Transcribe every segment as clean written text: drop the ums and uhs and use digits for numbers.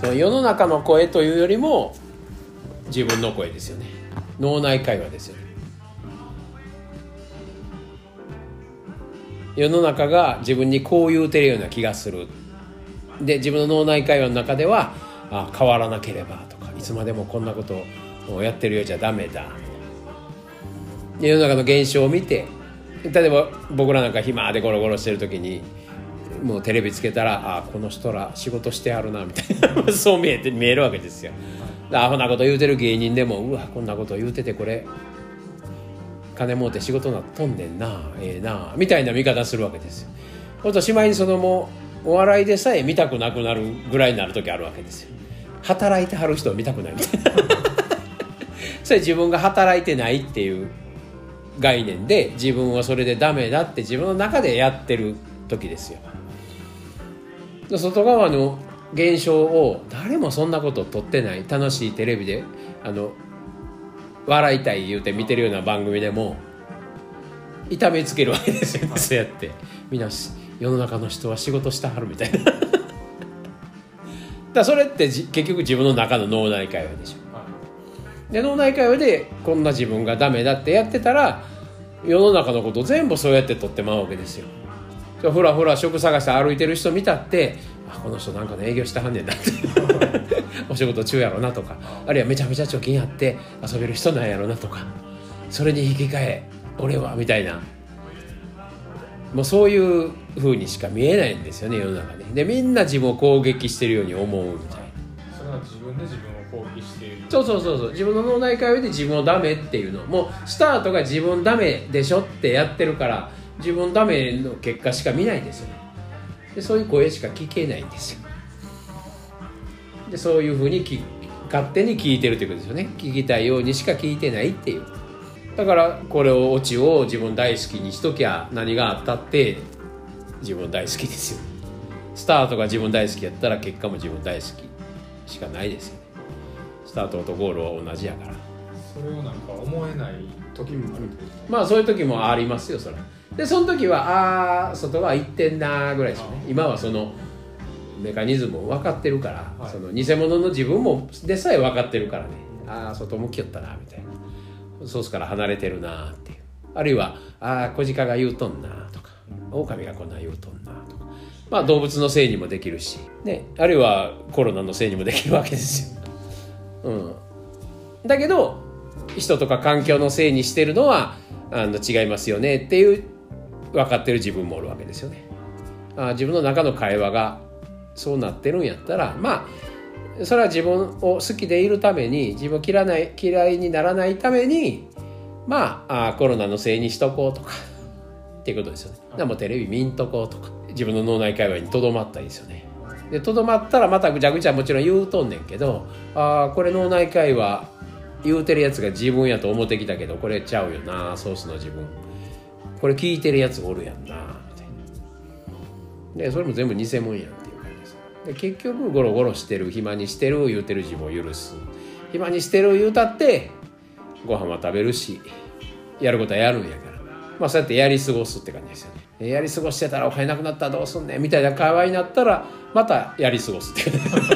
世の中の声というよりも自分の声ですよね。脳内会話ですよね。世の中が自分にこう言うてるような気がする。で自分の脳内会話の中では変わらなければとか、いつまでもこんなことをやってるようじゃダメだ。で世の中の現象を見て、例えば僕らなんか暇でゴロゴロしてる時にもうテレビつけたらこの人ら仕事してはるなみたいなそう見えるわけですよ。アホなこと言うてる芸人でもうわこんなこと言うててこれ金儲て仕事なっとんねんななみたいな見方するわけですよ。ほんとしまいにもうお笑いでさえ見たくなくなるぐらいになる時あるわけですよ。働いてはる人を見たくないみたいなそれ自分が働いてないっていう概念で自分はそれでダメだって自分の中でやってる時ですよ。外側の現象を誰もそんなこと撮ってない、楽しいテレビで笑いたい言うて見てるような番組でも痛めつけるわけですよね。そうやってみんな世の中の人は仕事してはるみたいなだそれって結局自分の中の脳内会話でしょ。で脳内会話でこんな自分がダメだってやってたら世の中のこと全部そうやって撮ってまうわけですよ。ふらふら職探して歩いてる人見たってこの人なんかの営業してはんねんなってお仕事中やろなとか、あるいはめちゃめちゃ貯金あって遊べる人なんやろなとか、それに引き換え俺はみたいな、もうそういう風にしか見えないんですよね世の中に。でみんな自分を攻撃してるように思うみたいな。 それは自分で自分を攻撃している。 そう自分の脳内会話で自分をダメっていうのもうスタートが自分ダメでしょってやってるから自分ダメの結果しか見ないんですよね。でそういう声しか聞けないんですよ。でそういうふうに勝手に聞いてるということですよね。聞きたいようにしか聞いてないっていう。だからこれをオチを自分大好きにしときゃ何があったって自分大好きですよ。スタートが自分大好きやったら結果も自分大好きしかないですよね。スタートとゴールは同じやから。 それをなんか思えない時もあるけど、 まあそういう時もありますよそれで。その時は外は行ってんなぐらいですよね。今はそのメカニズムを分かってるから、はい、その偽物の自分もでさえ分かってるからね、外向きよったなみたいな、ソースから離れてるなっていう、あるいは小鹿が言うとんなとか狼がこんな言うとんなとか、まあ動物のせいにもできるし、ね、あるいはコロナのせいにもできるわけですよ、だけど人とか環境のせいにしてるのは違いますよねっていう分かってる自分もおるわけですよね。自分の中の会話がそうなってるんやったら、まあそれは自分を好きでいるために、自分を嫌いにならないために、まあコロナのせいにしとこうとかっていうことですよね。でもテレビ見んとこうとか、自分の脳内会話にとどまったりですよね。でとどまったらまたぐちゃぐちゃもちろん言うとんねんけど、これ脳内会話言うてるやつが自分やと思ってきたけどこれちゃうよな、ソースの自分これ聞いてるやつおるやんなみたいな。でそれも全部偽物やんっていう感じです。で結局ゴロゴロしてる、暇にしてる言うてる自分を許す。暇にしてる言うたってご飯は食べるしやることはやるんやから、まあそうやってやり過ごすって感じですよね。やり過ごしてたらお金なくなったらどうすんねんみたいな会話になったらまたやり過ごすって感じだ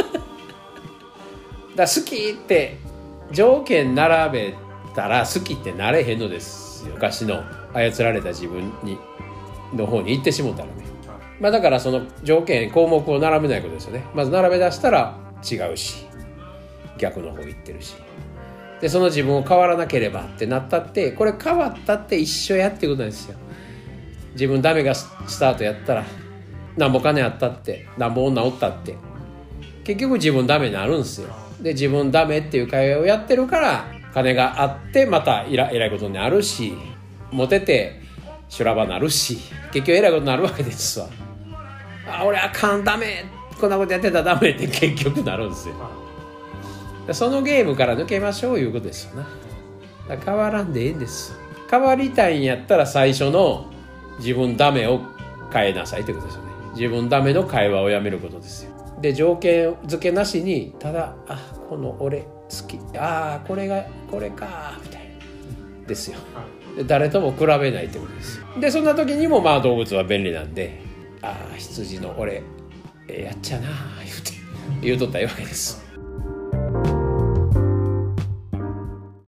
から好きって条件並べたら好きってなれへんのですよ。昔の操られた自分の方に行ってしもたらね。まあだからその条件項目を並べないことですよね。まず並べ出したら違うし逆の方行ってるし、でその自分を変わらなければってなったって、これ変わったって一緒やっていうことなんですよ。自分ダメがスタートやったらなんぼ金あったってなんぼ女おったって結局自分ダメになるんですよ。で自分ダメっていう会話をやってるから金があってまたえらいことになるし、モテて修羅場なるし結局えらいことになるわけですわ。俺あかんダメこんなことやってたらダメって結局なるんですよ。そのゲームから抜けましょういうことですよね。だから変わらんでええんです。変わりたいんやったら最初の自分ダメを変えなさいってことですよね。自分ダメの会話をやめることですよ。で条件付けなしにただこの俺好きこれかみたいなですよ。で誰とも比べないってことですよ。でそんな時にもまあ動物は便利なんで羊の俺やっちゃな言うて言うとったらいいわけです。